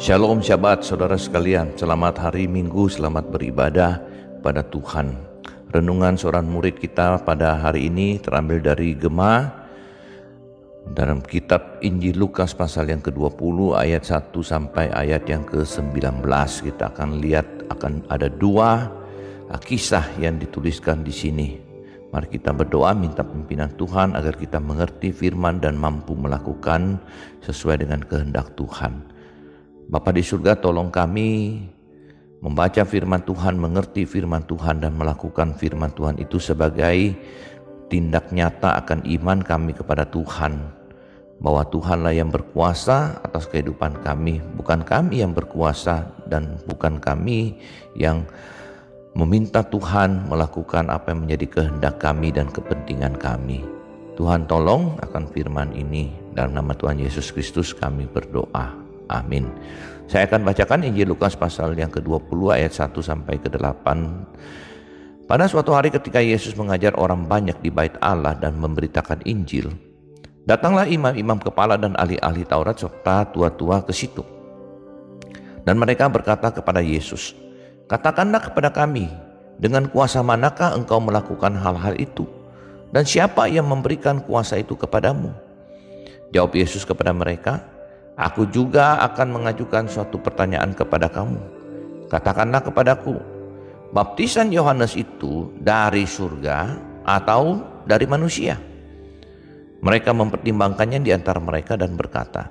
Shalom Shabbat saudara sekalian, selamat hari Minggu, selamat beribadah pada Tuhan. Renungan seorang murid kita pada hari ini terambil dari Gema dalam kitab Injil Lukas pasal yang ke-20 ayat 1 sampai ayat yang ke-19. Kita akan lihat akan ada dua kisah yang dituliskan di sini. Mari kita berdoa minta pimpinan Tuhan agar kita mengerti firman dan mampu melakukan sesuai dengan kehendak Tuhan. Bapa di surga, tolong kami membaca firman Tuhan, mengerti firman Tuhan dan melakukan firman Tuhan itu sebagai tindak nyata akan iman kami kepada Tuhan. Bahwa Tuhanlah yang berkuasa atas kehidupan kami, bukan kami yang berkuasa dan bukan kami yang meminta Tuhan melakukan apa yang menjadi kehendak kami dan kepentingan kami. Tuhan tolong akan firman ini, dalam nama Tuhan Yesus Kristus kami berdoa. Amin. Saya akan bacakan Injil Lukas pasal yang ke-20 ayat 1 sampai ke-8. Pada suatu hari ketika Yesus mengajar orang banyak di bait Allah dan memberitakan Injil, datanglah imam-imam kepala dan ahli-ahli Taurat serta tua-tua ke situ. Dan mereka berkata kepada Yesus, "Katakanlah kepada kami, dengan kuasa manakah engkau melakukan hal-hal itu? Dan siapa yang memberikan kuasa itu kepadamu?" Jawab Yesus kepada mereka, "Aku juga akan mengajukan suatu pertanyaan kepada kamu. Katakanlah kepadaku, baptisan Yohanes itu dari surga atau dari manusia?" Mereka mempertimbangkannya di antara mereka dan berkata,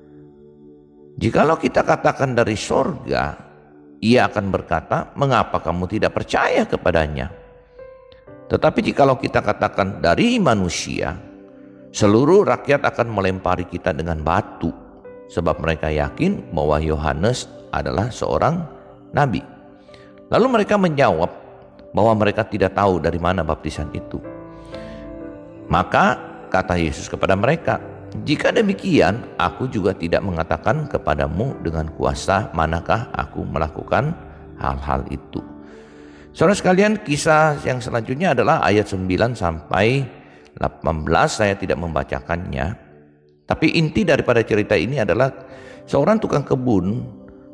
"Jikalau kita katakan dari surga," ia akan berkata, "Mengapa kamu tidak percaya kepadanya? Tetapi jikalau kita katakan dari manusia, seluruh rakyat akan melempari kita dengan batu. Sebab mereka yakin bahwa Yohanes adalah seorang nabi." Lalu mereka menjawab bahwa mereka tidak tahu dari mana baptisan itu. Maka kata Yesus kepada mereka, "Jika demikian, aku juga tidak mengatakan kepadamu dengan kuasa manakah aku melakukan hal-hal itu." Saudara sekalian, kisah yang selanjutnya adalah ayat 9 sampai 18. Saya tidak membacakannya. Tapi inti daripada cerita ini adalah seorang tukang kebun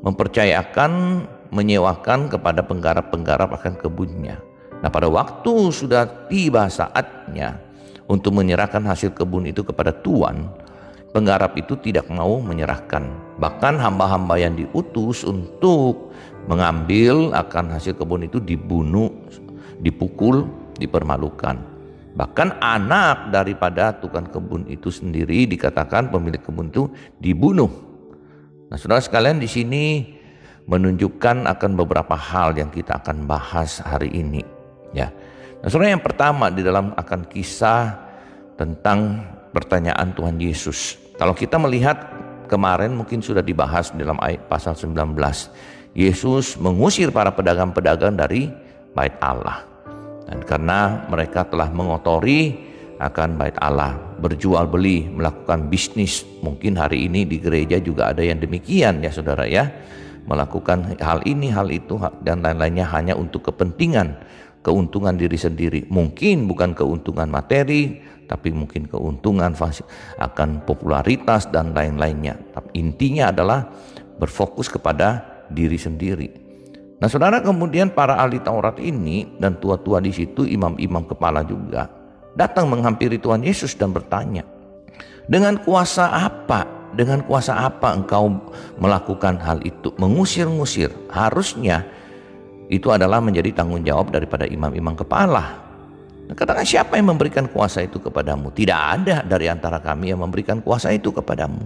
menyewakan kepada penggarap-penggarap akan kebunnya. Nah, pada waktu sudah tiba saatnya untuk menyerahkan hasil kebun itu kepada tuan, penggarap itu tidak mau menyerahkan. Bahkan hamba-hamba yang diutus untuk mengambil akan hasil kebun itu dibunuh, dipukul, dipermalukan. Bahkan anak daripada tukang kebun itu sendiri dikatakan pemilik kebun itu dibunuh. Nah, saudara sekalian, di sini menunjukkan akan beberapa hal yang kita akan bahas hari ini. Ya, nah saudara, yang pertama di dalam akan kisah tentang pertanyaan Tuhan Yesus. Kalau kita melihat kemarin mungkin sudah dibahas dalam ayat pasal 19. Yesus mengusir para pedagang-pedagang dari bait Allah. Dan karena mereka telah mengotori akan bait Allah, berjual beli, melakukan bisnis. Mungkin hari ini di gereja juga ada yang demikian ya saudara ya. Melakukan hal ini, hal itu dan lain-lainnya hanya untuk kepentingan, keuntungan diri sendiri. Mungkin bukan keuntungan materi, tapi mungkin keuntungan akan popularitas dan lain-lainnya. Tapi intinya adalah berfokus kepada diri sendiri. Nah saudara, kemudian para ahli Taurat ini dan tua-tua di situ, imam-imam kepala juga datang menghampiri Tuhan Yesus dan bertanya, "Dengan kuasa apa? Dengan kuasa apa engkau melakukan hal itu?" Mengusir-ngusir. Harusnya itu adalah menjadi tanggung jawab daripada imam-imam kepala. Nah, katakan, siapa yang memberikan kuasa itu kepadamu? Tidak ada dari antara kami yang memberikan kuasa itu kepadamu.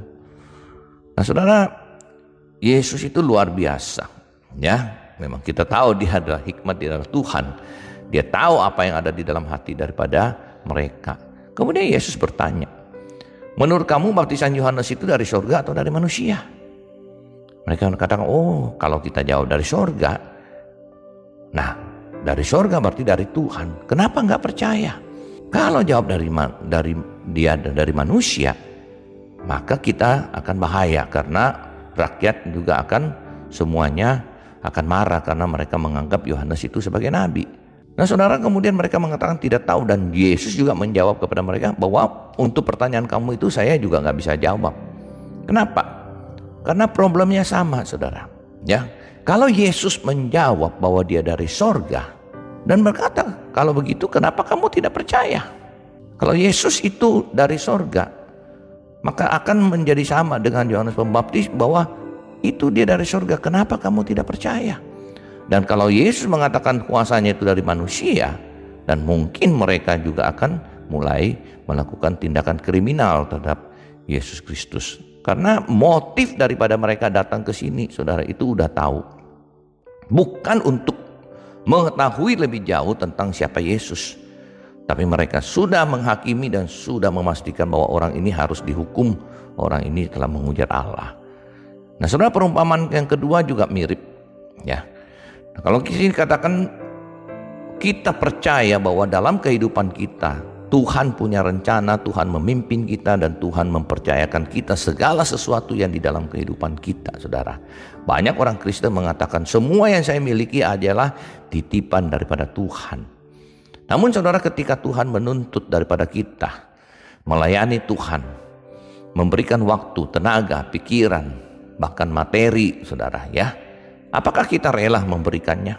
Nah saudara, Yesus itu luar biasa ya. Memang kita tahu dia adalah hikmat, dia adalah Tuhan. Dia tahu apa yang ada di dalam hati daripada mereka. Kemudian Yesus bertanya, "Menurut kamu baptisan Yohanes itu dari surga atau dari manusia?" Mereka mengatakan, "Oh, kalau kita jawab dari surga, nah dari surga berarti dari Tuhan. Kenapa nggak percaya? Kalau jawab dari manusia, maka kita akan bahaya karena rakyat juga akan semuanya akan marah karena mereka menganggap Yohanes itu sebagai nabi." Nah saudara, kemudian mereka mengatakan tidak tahu, dan Yesus juga menjawab kepada mereka bahwa untuk pertanyaan kamu itu saya juga nggak bisa jawab. Kenapa? Karena problemnya sama, saudara. Ya, kalau Yesus menjawab bahwa dia dari sorga dan berkata, kalau begitu kenapa kamu tidak percaya? Kalau Yesus itu dari sorga, maka akan menjadi sama dengan Yohanes Pembaptis bahwa itu dia dari sorga. Kenapa kamu tidak percaya? Dan kalau Yesus mengatakan kuasanya itu dari manusia, dan mungkin mereka juga akan mulai melakukan tindakan kriminal terhadap Yesus Kristus. Karena motif daripada mereka datang ke sini, saudara, itu udah tahu. Bukan untuk mengetahui lebih jauh tentang siapa Yesus, tapi mereka sudah menghakimi dan sudah memastikan bahwa orang ini harus dihukum. Orang ini telah menghujat Allah. Nah, saudara, perumpamaan yang kedua juga mirip. Ya, nah, kalau di sini katakan kita percaya bahwa dalam kehidupan kita Tuhan punya rencana, Tuhan memimpin kita, dan Tuhan mempercayakan kita segala sesuatu yang di dalam kehidupan kita, saudara. Banyak orang Kristen mengatakan semua yang saya miliki adalah titipan daripada Tuhan. Namun saudara, ketika Tuhan menuntut daripada kita melayani Tuhan, memberikan waktu, tenaga, pikiran, bahkan materi, saudara, ya, apakah kita rela memberikannya?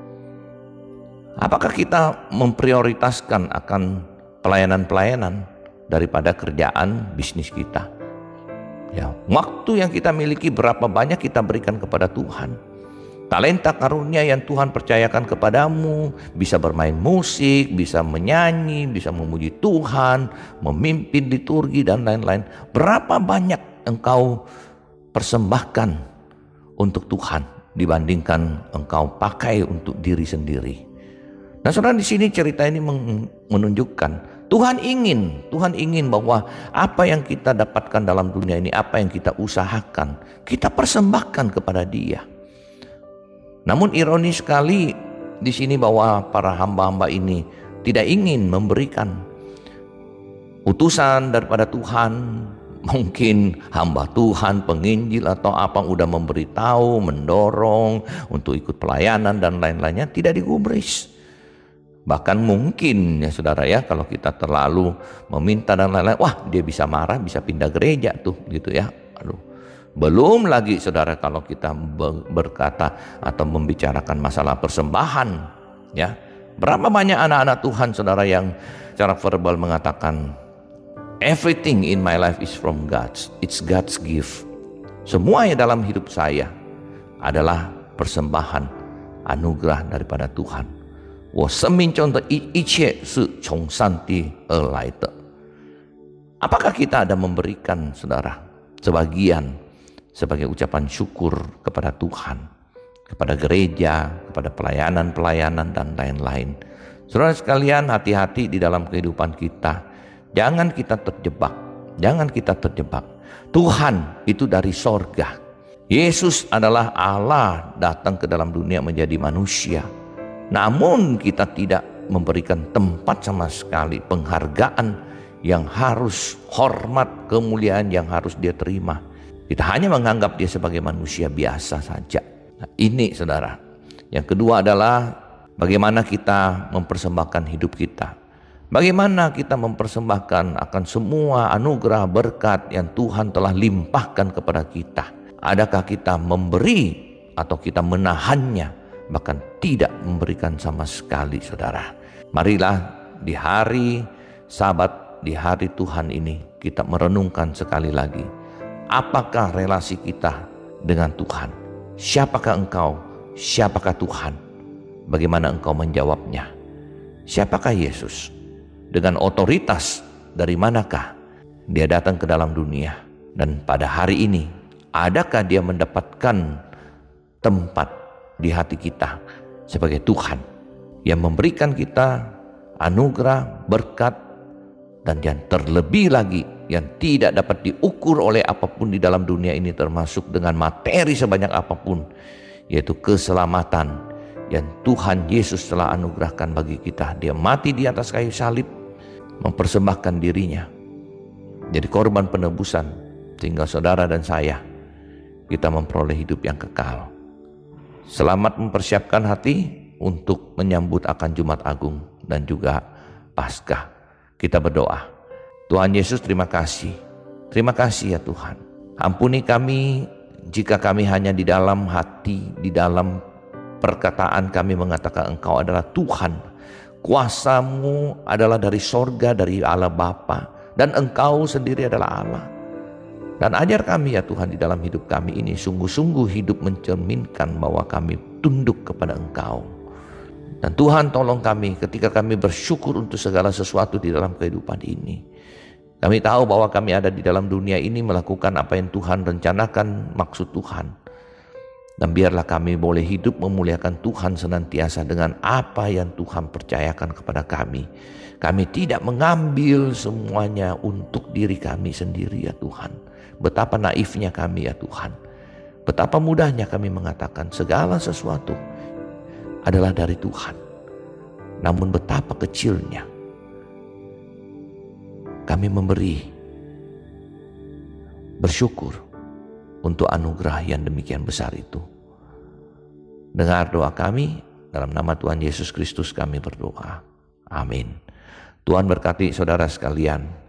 Apakah kita memprioritaskan akan pelayanan-pelayanan daripada kerjaan bisnis kita? Ya, waktu yang kita miliki berapa banyak kita berikan kepada Tuhan? Talenta karunia yang Tuhan percayakan kepadamu, bisa bermain musik, bisa menyanyi, bisa memuji Tuhan, memimpin liturgi dan lain-lain. Berapa banyak engkau persembahkan untuk Tuhan dibandingkan engkau pakai untuk diri sendiri? Nah, saudara, di sini cerita ini menunjukkan Tuhan ingin bahwa apa yang kita dapatkan dalam dunia ini, apa yang kita usahakan, kita persembahkan kepada Dia. Namun ironis sekali di sini bahwa para hamba-hamba ini tidak ingin memberikan utusan daripada Tuhan. Mungkin hamba Tuhan, penginjil atau apa udah memberitahu, mendorong untuk ikut pelayanan dan lain-lainnya, tidak digubris. Bahkan mungkin ya saudara ya, kalau kita terlalu meminta dan lain-lain, wah dia bisa marah, bisa pindah gereja tuh gitu ya. Aduh. Belum lagi saudara kalau kita berkata atau membicarakan masalah persembahan ya. Berapa banyak anak-anak Tuhan saudara yang secara verbal mengatakan everything in my life is from God. It's God's gift. Semua yang dalam hidup saya adalah persembahan anugerah daripada Tuhan. 我生命中的一切是从上帝而来的. Apakah kita ada memberikan saudara sebagian sebagai ucapan syukur kepada Tuhan, kepada gereja, kepada pelayanan-pelayanan dan lain-lain? Saudara sekalian, hati-hati di dalam kehidupan kita. Jangan kita terjebak. Tuhan itu dari sorga. Yesus adalah Allah datang ke dalam dunia menjadi manusia. Namun kita tidak memberikan tempat sama sekali, penghargaan yang harus, hormat, kemuliaan yang harus dia terima. Kita hanya menganggap dia sebagai manusia biasa saja. Nah, ini saudara. Yang kedua adalah bagaimana kita mempersembahkan hidup kita. Bagaimana kita mempersembahkan akan semua anugerah berkat yang Tuhan telah limpahkan kepada kita. Adakah kita memberi atau kita menahannya, bahkan tidak memberikan sama sekali, saudara? Marilah di hari Sabat, di hari Tuhan ini, kita merenungkan sekali lagi. Apakah relasi kita dengan Tuhan? Siapakah engkau? Siapakah Tuhan? Bagaimana engkau menjawabnya? Siapakah Yesus? Dengan otoritas dari manakah dia datang ke dalam dunia? Dan pada hari ini, adakah dia mendapatkan tempat di hati kita sebagai Tuhan yang memberikan kita anugerah, berkat, dan yang terlebih lagi yang tidak dapat diukur oleh apapun di dalam dunia ini, termasuk dengan materi sebanyak apapun, yaitu keselamatan yang Tuhan Yesus telah anugerahkan bagi kita. Dia mati di atas kayu salib, mempersembahkan dirinya jadi korban penebusan, sehingga saudara dan saya kita memperoleh hidup yang kekal. Selamat mempersiapkan hati untuk menyambut akan Jumat Agung dan juga Paskah. Kita berdoa. Tuhan Yesus, terima kasih. Terima kasih ya Tuhan. Ampuni kami jika kami hanya di dalam hati, di dalam perkataan kami mengatakan Engkau adalah Tuhan, kuasa-Mu adalah dari sorga, dari Allah Bapa, dan Engkau sendiri adalah Allah. Dan ajar kami ya Tuhan di dalam hidup kami ini sungguh-sungguh hidup mencerminkan bahwa kami tunduk kepada Engkau. Dan Tuhan tolong kami ketika kami bersyukur untuk segala sesuatu di dalam kehidupan ini. Kami tahu bahwa kami ada di dalam dunia ini melakukan apa yang Tuhan rencanakan, maksud Tuhan. Dan biarlah kami boleh hidup memuliakan Tuhan senantiasa dengan apa yang Tuhan percayakan kepada kami. Kami tidak mengambil semuanya untuk diri kami sendiri ya Tuhan. Betapa naifnya kami ya Tuhan. Betapa mudahnya kami mengatakan segala sesuatu adalah dari Tuhan. Namun betapa kecilnya kami memberi, bersyukur untuk anugerah yang demikian besar itu. Dengar doa kami, dalam nama Tuhan Yesus Kristus kami berdoa. Amin. Tuhan berkati saudara sekalian.